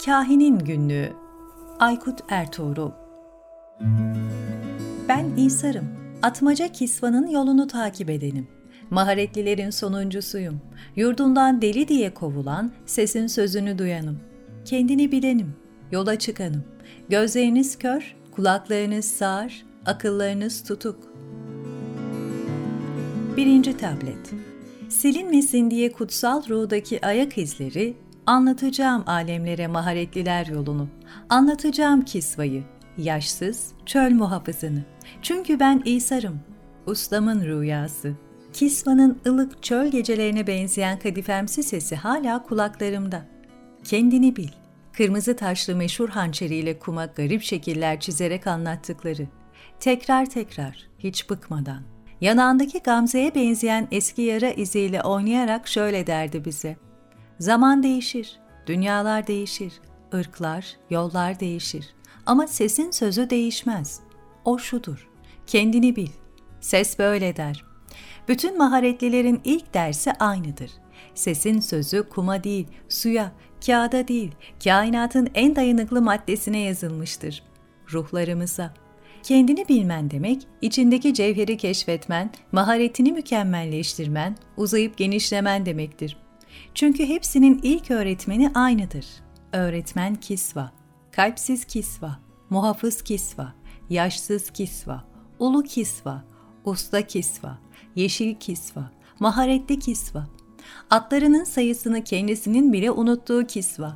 Kahinin Günlüğü. Aykut Ertuğrul. Ben İsar'ım. Atmaca Kisva'nın yolunu takip edenim. Maharetlilerin sonuncusuyum. Yurdundan deli diye kovulan, sesin sözünü duyanım. Kendini bilenim, yola çıkanım. Gözleriniz kör, kulaklarınız sağır, akıllarınız tutuk. 1. Tablet. Silinmesin diye kutsal ruhdaki ayak izleri, anlatacağım alemlere maharetliler yolunu. Anlatacağım Kisva'yı, yaşsız çöl muhafızını. Çünkü ben İsar'ım, ustamın rüyası. Kisva'nın ılık çöl gecelerine benzeyen kadifemsi sesi hala kulaklarımda. Kendini bil. Kırmızı taşlı meşhur hançeriyle kuma garip şekiller çizerek anlattıkları. Tekrar tekrar, hiç bıkmadan. Yanağındaki Gamze'ye benzeyen eski yara iziyle oynayarak şöyle derdi bize. Zaman değişir, dünyalar değişir, ırklar, yollar değişir. Ama sesin sözü değişmez. O şudur, kendini bil. Ses böyle der. Bütün maharetlilerin ilk dersi aynıdır. Sesin sözü kuma değil, suya, kağıda değil, kainatın en dayanıklı maddesine yazılmıştır. Ruhlarımıza. Kendini bilmen demek, içindeki cevheri keşfetmen, maharetini mükemmelleştirmen, uzayıp genişlemen demektir. Çünkü hepsinin ilk öğretmeni aynıdır. Öğretmen Kisva, kalpsiz Kisva, muhafız Kisva, yaşsız Kisva, ulu Kisva, usta Kisva, yeşil Kisva, maharetli Kisva. Atlarının sayısını kendisinin bile unuttuğu Kisva.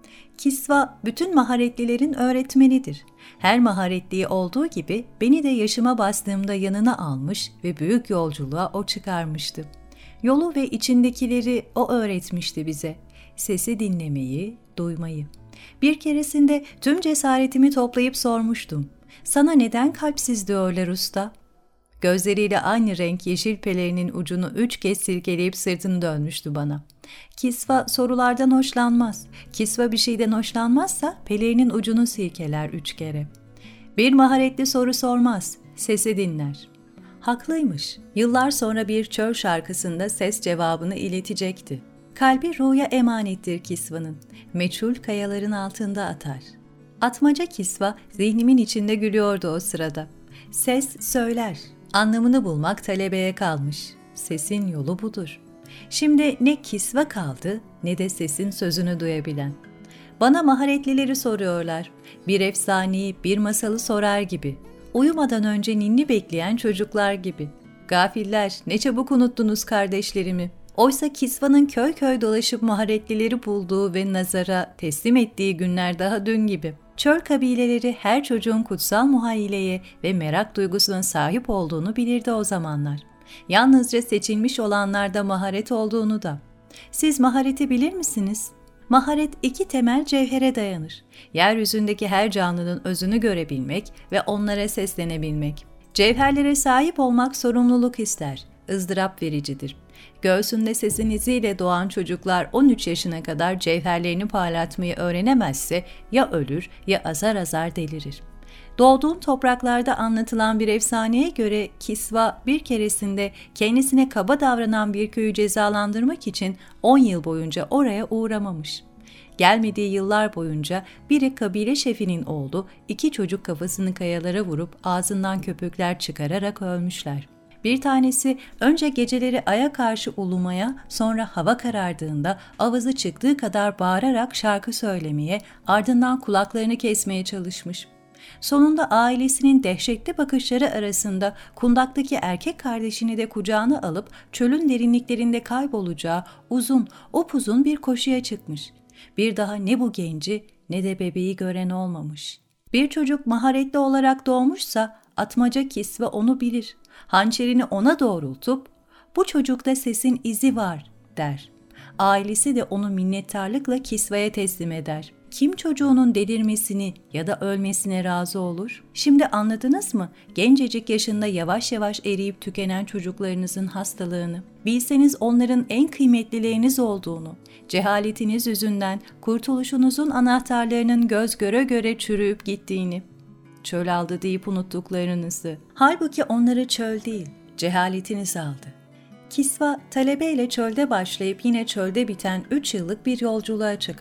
Kisva bütün maharetlilerin öğretmenidir. Her maharetliği olduğu gibi beni de yaşıma bastığımda yanına almış ve büyük yolculuğa o çıkarmıştı. Yolu ve içindekileri o öğretmişti bize. Sesi dinlemeyi, duymayı. Bir keresinde tüm cesaretimi toplayıp sormuştum. Sana neden kalpsiz diyorlar usta? Gözleriyle aynı renk yeşil pelerinin ucunu 3 kez silkeleyip sırtını dönmüştü bana. Kisva sorulardan hoşlanmaz. Kisva bir şeyden hoşlanmazsa pelerinin ucunu silkeler 3 kere. Bir maharetli soru sormaz, sesi dinler. Haklıymış. Yıllar sonra bir çöl şarkısında ses cevabını iletecekti. Kalbi ruya emanettir Kisva'nın. Meçhul kayaların altında atar. Atmaca Kisva zihnimin içinde gülüyordu o sırada. Ses söyler. Anlamını bulmak talebeye kalmış. Sesin yolu budur. Şimdi ne Kisva kaldı ne de sesin sözünü duyabilen. Bana maharetlileri soruyorlar. Bir efsaneyi, bir masalı sorar gibi. Uyumadan önce ninni bekleyen çocuklar gibi. Gafiller, ne çabuk unuttunuz kardeşlerimi. Oysa Kisva'nın köy köy dolaşıp maharetlileri bulduğu ve nazara teslim ettiği günler daha dün gibi. Çöl kabileleri her çocuğun kutsal muhayyileye ve merak duygusuna sahip olduğunu bilirdi o zamanlar. Yalnızca seçilmiş olanlarda maharet olduğunu da. Siz mahareti bilir misiniz? Maharet 2 temel cevhere dayanır. Yeryüzündeki her canlının özünü görebilmek ve onlara seslenebilmek. Cevherlere sahip olmak sorumluluk ister, ızdırap vericidir. Göğsünde sesin iziyle doğan çocuklar 13 yaşına kadar cevherlerini parlatmayı öğrenemezse ya ölür ya azar azar delirir. Doğduğum topraklarda anlatılan bir efsaneye göre Kisva bir keresinde kendisine kaba davranan bir köyü cezalandırmak için 10 yıl boyunca oraya uğramamış. Gelmediği yıllar boyunca biri kabile şefinin oğlu 2 çocuk kafasını kayalara vurup ağzından köpükler çıkararak ölmüşler. Bir tanesi önce geceleri aya karşı ulumaya, sonra hava karardığında avazı çıktığı kadar bağırarak şarkı söylemeye, ardından kulaklarını kesmeye çalışmış. Sonunda ailesinin dehşetli bakışları arasında kundaktaki erkek kardeşini de kucağına alıp çölün derinliklerinde kaybolacağı uzun, upuzun bir koşuya çıkmış. Bir daha ne bu genci ne de bebeği gören olmamış. Bir çocuk maharetli olarak doğmuşsa Atmaca Kisva onu bilir. Hançerini ona doğrultup "Bu çocukta sesin izi var." der. Ailesi de onu minnettarlıkla Kisva'ya teslim eder. Kim çocuğunun delirmesini ya da ölmesine razı olur? Şimdi anladınız mı? Gencecik yaşında yavaş yavaş eriyip tükenen çocuklarınızın hastalığını. Bilseniz onların en kıymetlileriniz olduğunu, cehaletiniz yüzünden kurtuluşunuzun anahtarlarının göz göre göre çürüyüp gittiğini. Çöl aldı deyip unuttuklarınızı. Halbuki onları çöl değil, cehaletiniz aldı. Kisva talebeyle çölde başlayıp yine çölde biten 3 yıllık bir yolculuğa çıkar.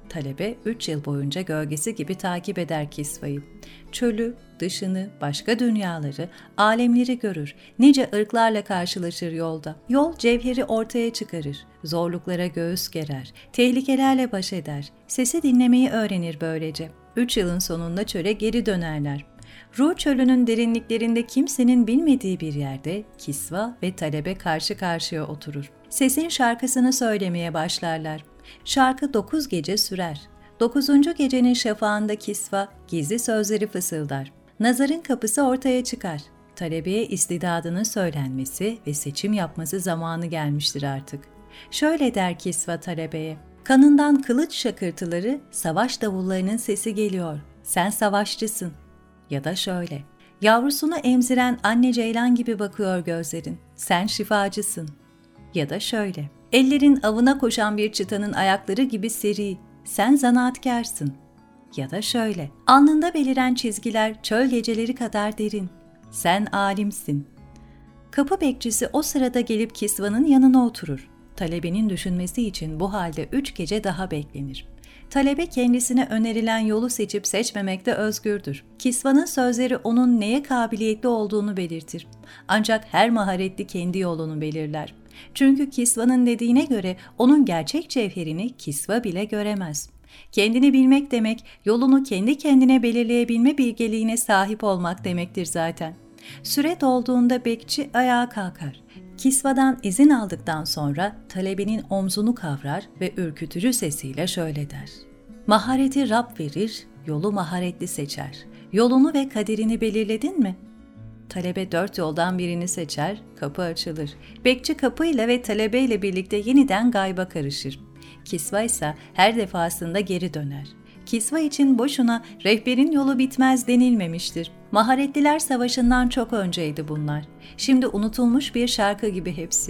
Talebe 3 yıl boyunca gölgesi gibi takip eder Kisva'yı. Çölü, dışını, başka dünyaları, alemleri görür. Nice ırklarla karşılaşır yolda. Yol cevheri ortaya çıkarır. Zorluklara göğüs gerer. Tehlikelerle baş eder. Sesi dinlemeyi öğrenir böylece. 3 yılın sonunda çöle geri dönerler. Ru çölünün derinliklerinde kimsenin bilmediği bir yerde Kisva ve talebe karşı karşıya oturur. Sesin şarkısını söylemeye başlarlar. Şarkı 9 gece sürer. 9. gecenin şafağında Kisva gizli sözleri fısıldar. Nazarın kapısı ortaya çıkar. Talebeye istidadının söylenmesi ve seçim yapması zamanı gelmiştir artık. Şöyle der Kisva talebeye: "Kanından kılıç şakırtıları, savaş davullarının sesi geliyor. Sen savaşçısın." Ya da şöyle: "Yavrusunu emziren anne ceylan gibi bakıyor gözlerin. Sen şifacısın." Ya da şöyle: "Ellerin avına koşan bir çıtanın ayakları gibi seri. Sen zanaatkarsın." Ya da şöyle: "Alnında beliren çizgiler çöl geceleri kadar derin. Sen alimsin." Kapı bekçisi o sırada gelip Kisva'nın yanına oturur. Talebenin düşünmesi için bu halde 3 gece daha beklenir. Talebe kendisine önerilen yolu seçip seçmemekte özgürdür. Kisva'nın sözleri onun neye kabiliyetli olduğunu belirtir. Ancak her maharetli kendi yolunu belirler. Çünkü Kisva'nın dediğine göre onun gerçek cevherini Kisva bile göremez. Kendini bilmek demek, yolunu kendi kendine belirleyebilme bilgeliğine sahip olmak demektir zaten. Süre dolduğunda bekçi ayağa kalkar. Kisva'dan izin aldıktan sonra talebenin omzunu kavrar ve ürkütücü sesiyle şöyle der: "Mahareti Rab verir, yolu maharetli seçer. Yolunu ve kaderini belirledin mi?" Talebe 4 yoldan birini seçer, kapı açılır. Bekçi kapıyla ve talebeyle birlikte yeniden gayba karışır. Kisva ise her defasında geri döner. Kisva için boşuna rehberin yolu bitmez denilmemiştir. Maharetliler Savaşı'ndan çok önceydi bunlar. Şimdi unutulmuş bir şarkı gibi hepsi.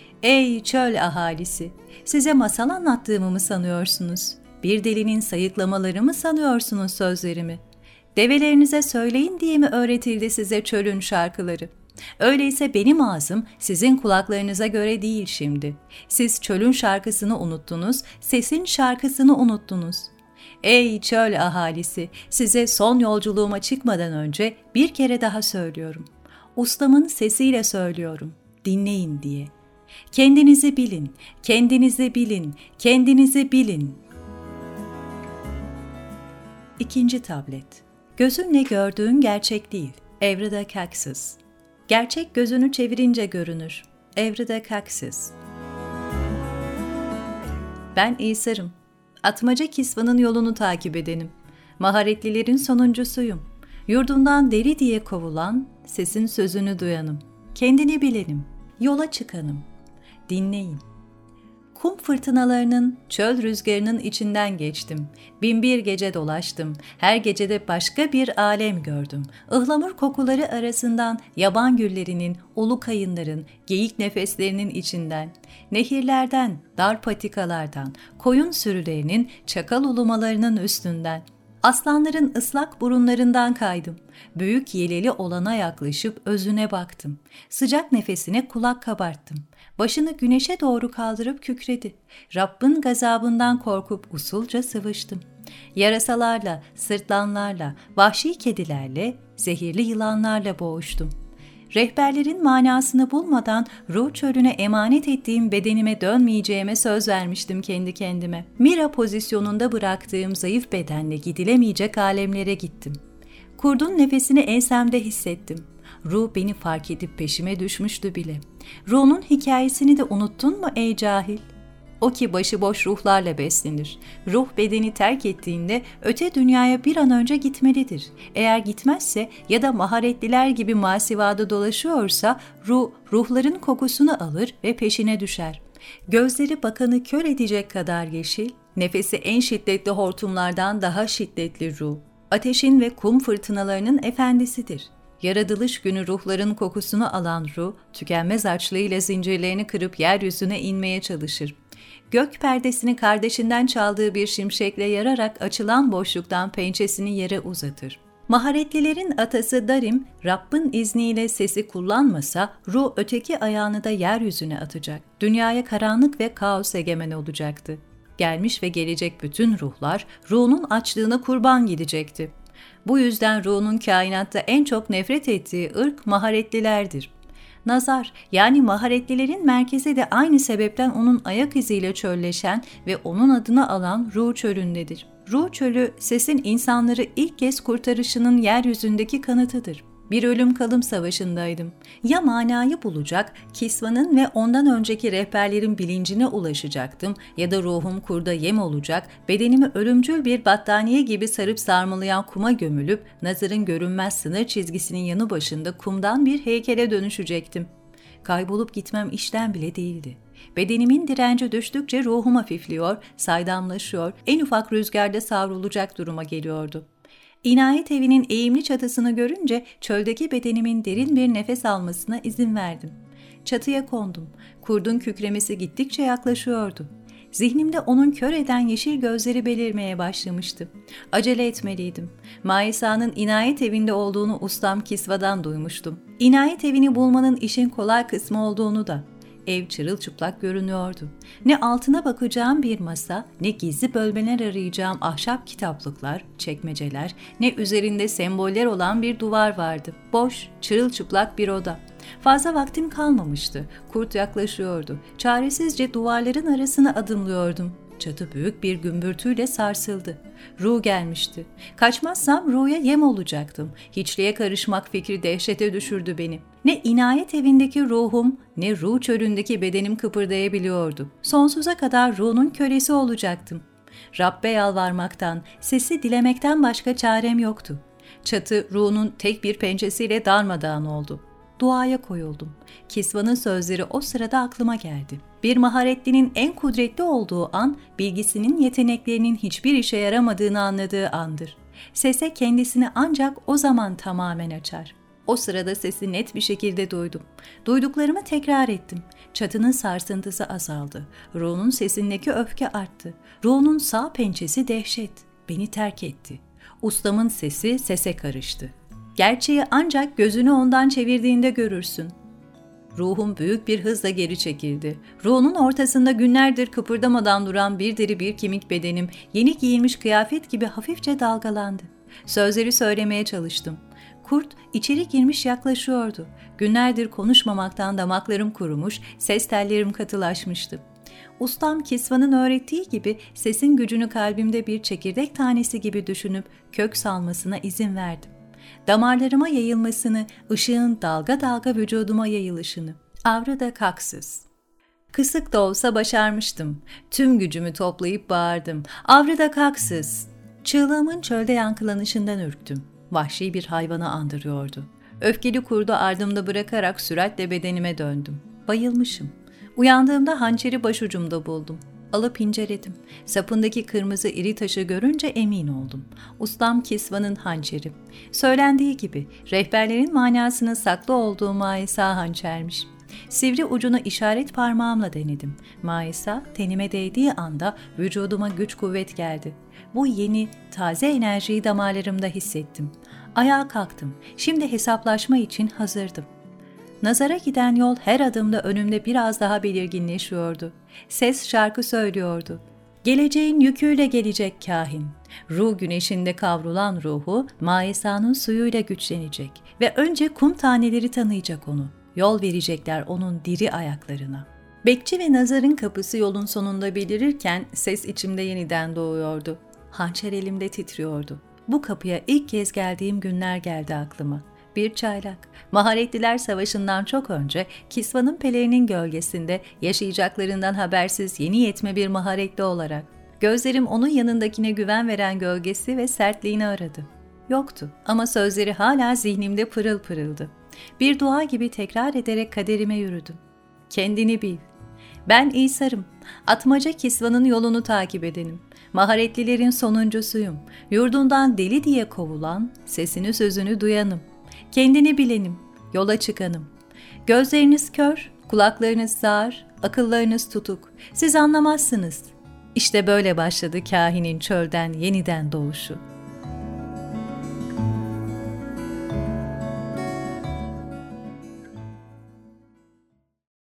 "Ey çöl ahalisi, size masal anlattığımı mı sanıyorsunuz? Bir delinin sayıklamaları mı sanıyorsunuz sözlerimi? Develerinize söyleyin diye mi öğretildi size çölün şarkıları? Öyleyse benim ağzım sizin kulaklarınıza göre değil şimdi. Siz çölün şarkısını unuttunuz, sesin şarkısını unuttunuz. Ey çöl ahalisi, size son yolculuğuma çıkmadan önce bir kere daha söylüyorum. Ustamın sesiyle söylüyorum, dinleyin diye. Kendinizi bilin, kendinizi bilin, kendinizi bilin." 2. tablet. Gözünle gördüğün gerçek değil. Evrida Caxis. Gerçek gözünü çevirince görünür. Evrida Caxis. Ben İsa'rım. Atmaca Kisva'nın yolunu takip edenim. Maharetlilerin sonuncusuyum. Yurdundan deli diye kovulan, sesin sözünü duyanım. Kendini bilenim. Yola çıkanım. Dinleyin. Kum fırtınalarının, çöl rüzgarının içinden geçtim. 1001 gece dolaştım. Her gecede başka bir alem gördüm. Ihlamur kokuları arasından yaban güllerinin, ulu kayınların, geyik nefeslerinin içinden, nehirlerden, dar patikalardan, koyun sürülerinin, çakal ulumalarının üstünden, aslanların ıslak burunlarından kaydım. Büyük yeleli olana yaklaşıp özüne baktım. Sıcak nefesine kulak kabarttım. Başını güneşe doğru kaldırıp kükredi. Rabbin gazabından korkup usulca sıvıştım. Yarasalarla, sırtlanlarla, vahşi kedilerle, zehirli yılanlarla boğuştum. Rehberlerin manasını bulmadan ruh çölüne emanet ettiğim bedenime dönmeyeceğime söz vermiştim kendi kendime. Mira pozisyonunda bıraktığım zayıf bedenle gidilemeyecek alemlere gittim. Kurdun nefesini ensemde hissettim. Ruh beni fark edip peşime düşmüştü bile. Ruh'un hikayesini de unuttun mu ey cahil? O ki başıboş ruhlarla beslenir. Ruh bedeni terk ettiğinde öte dünyaya bir an önce gitmelidir. Eğer gitmezse ya da maharetliler gibi masivada dolaşıyorsa ruhların kokusunu alır ve peşine düşer. Gözleri bakanı kör edecek kadar yeşil, nefesi en şiddetli hortumlardan daha şiddetli ruh. Ateşin ve kum fırtınalarının efendisidir. Yaratılış günü ruhların kokusunu alan ruh, tükenmez açlığıyla zincirlerini kırıp yeryüzüne inmeye çalışır. Gök perdesini kardeşinden çaldığı bir şimşekle yararak açılan boşluktan pençesini yere uzatır. Maharetlilerin atası Darim, Rabbin izniyle sesi kullanmasa ruh öteki ayağını da yeryüzüne atacak. Dünyaya karanlık ve kaos egemen olacaktı. Gelmiş ve gelecek bütün ruhlar Ru'nun açlığına kurban gidecekti. Bu yüzden Ru'nun kainatta en çok nefret ettiği ırk maharetlilerdir. Nazar, yani maharetlilerin merkezi de aynı sebepten onun ayak iziyle çölleşen ve onun adını alan Ru çölündedir. Ru çölü, sesin insanları ilk kez kurtarışının yeryüzündeki kanıtıdır. Bir ölüm kalım savaşındaydım. Ya manayı bulacak, Kisva'nın ve ondan önceki rehberlerin bilincine ulaşacaktım ya da ruhum kurda yem olacak, bedenimi ölümcül bir battaniye gibi sarıp sarmalayan kuma gömülüp Nazar'ın görünmez sınır çizgisinin yanı başında kumdan bir heykele dönüşecektim. Kaybolup gitmem işten bile değildi. Bedenimin direnci düştükçe ruhum hafifliyor, saydamlaşıyor, en ufak rüzgarda savrulacak duruma geliyordu. İnayet evinin eğimli çatısını görünce çöldeki bedenimin derin bir nefes almasına izin verdim. Çatıya kondum. Kurdun kükremesi gittikçe yaklaşıyordu. Zihnimde onun kör eden yeşil gözleri belirmeye başlamıştı. Acele etmeliydim. Maisa'nın inayet evinde olduğunu ustam Kisva'dan duymuştum. İnayet evini bulmanın işin kolay kısmı olduğunu da. Ev çırılçıplak görünüyordu. Ne altına bakacağım bir masa, ne gizli bölmeler arayacağım ahşap kitaplıklar, çekmeceler, ne üzerinde semboller olan bir duvar vardı. Boş, çırılçıplak bir oda. Fazla vaktim kalmamıştı. Kurt yaklaşıyordu. Çaresizce duvarların arasına adımlıyordum. Çatı büyük bir gümbürtüyle sarsıldı. Ru gelmişti. Kaçmazsam Ru'ya yem olacaktım. Hiçliğe karışmak fikri dehşete düşürdü beni. Ne inayet evindeki ruhum, ne Ru çölündeki bedenim kıpırdayabiliyordu. Sonsuza kadar Ru'nun kölesi olacaktım. Rabbe yalvarmaktan, sesi dilemekten başka çarem yoktu. Çatı Ru'nun tek bir pençesiyle darmadağın oldu. Duaya koyuldum. Kisva'nın sözleri o sırada aklıma geldi. Bir maharetlinin en kudretli olduğu an, bilgisinin yeteneklerinin hiçbir işe yaramadığını anladığı andır. Sese kendisini ancak o zaman tamamen açar. O sırada sesi net bir şekilde duydum. Duyduklarımı tekrar ettim. Çatının sarsıntısı azaldı. Ru'nun sesindeki öfke arttı. Ru'nun sağ pençesi dehşet. Beni terk etti. Ustamın sesi sese karıştı. Gerçeği ancak gözünü ondan çevirdiğinde görürsün. Ruhum büyük bir hızla geri çekildi. Ruhunun ortasında günlerdir kıpırdamadan duran bir deri bir kemik bedenim yeni giyilmiş kıyafet gibi hafifçe dalgalandı. Sözleri söylemeye çalıştım. Kurt içeri girmiş yaklaşıyordu. Günlerdir konuşmamaktan damaklarım kurumuş, ses tellerim katılaşmıştı. Ustam Kisva'nın öğrettiği gibi sesin gücünü kalbimde bir çekirdek tanesi gibi düşünüp kök salmasına izin verdim. Damarlarıma yayılmasını, ışığın dalga dalga vücuduma yayılışını. Avrada kaksız. Kısık da olsa başarmıştım. Tüm gücümü toplayıp bağırdım. Avrada kaksız. Çığlığımın çölde yankılanışından ürktüm. Vahşi bir hayvanı andırıyordu. Öfkeli kurdu ardımda bırakarak süratle bedenime döndüm. Bayılmışım. Uyandığımda hançeri başucumda buldum. Alıp inceledim. Sapındaki kırmızı iri taşı görünce emin oldum. Ustam Kisva'nın hançeri. Söylendiği gibi rehberlerin manasının saklı olduğu Maisa hançermiş. Sivri ucunu işaret parmağımla denedim. Maisa tenime değdiği anda vücuduma güç kuvvet geldi. Bu yeni, taze enerjiyi damarlarımda hissettim. Ayağa kalktım. Şimdi hesaplaşma için hazırdım. Nazara giden yol her adımda önümde biraz daha belirginleşiyordu. Ses şarkı söylüyordu. Geleceğin yüküyle gelecek kahin. Ruh güneşinde kavrulan ruhu Maisa'nın suyuyla güçlenecek ve önce kum taneleri tanıyacak onu. Yol verecekler onun diri ayaklarına. Bekçi ve Nazar'ın kapısı yolun sonunda belirirken ses içimde yeniden doğuyordu. Hançer elimde titriyordu. Bu kapıya ilk kez geldiğim günler geldi aklıma. Bir çaylak, Maharetliler Savaşı'ndan çok önce Kisva'nın pelerinin gölgesinde yaşayacaklarından habersiz yeni yetme bir maharetli olarak. Gözlerim onun yanındakine güven veren gölgesi ve sertliğini aradı. Yoktu ama sözleri hala zihnimde pırıl pırıldı. Bir dua gibi tekrar ederek kaderime yürüdüm. Kendini bil. Ben İsa'rım. Atmaca Kisva'nın yolunu takip edenim. Maharetlilerin sonuncusuyum. Yurdundan deli diye kovulan, sesini sözünü duyanım. Kendini bilenim, yola çıkanım. Gözleriniz kör, kulaklarınız sağır, akıllarınız tutuk. Siz anlamazsınız. İşte böyle başladı kahinin çölden yeniden doğuşu.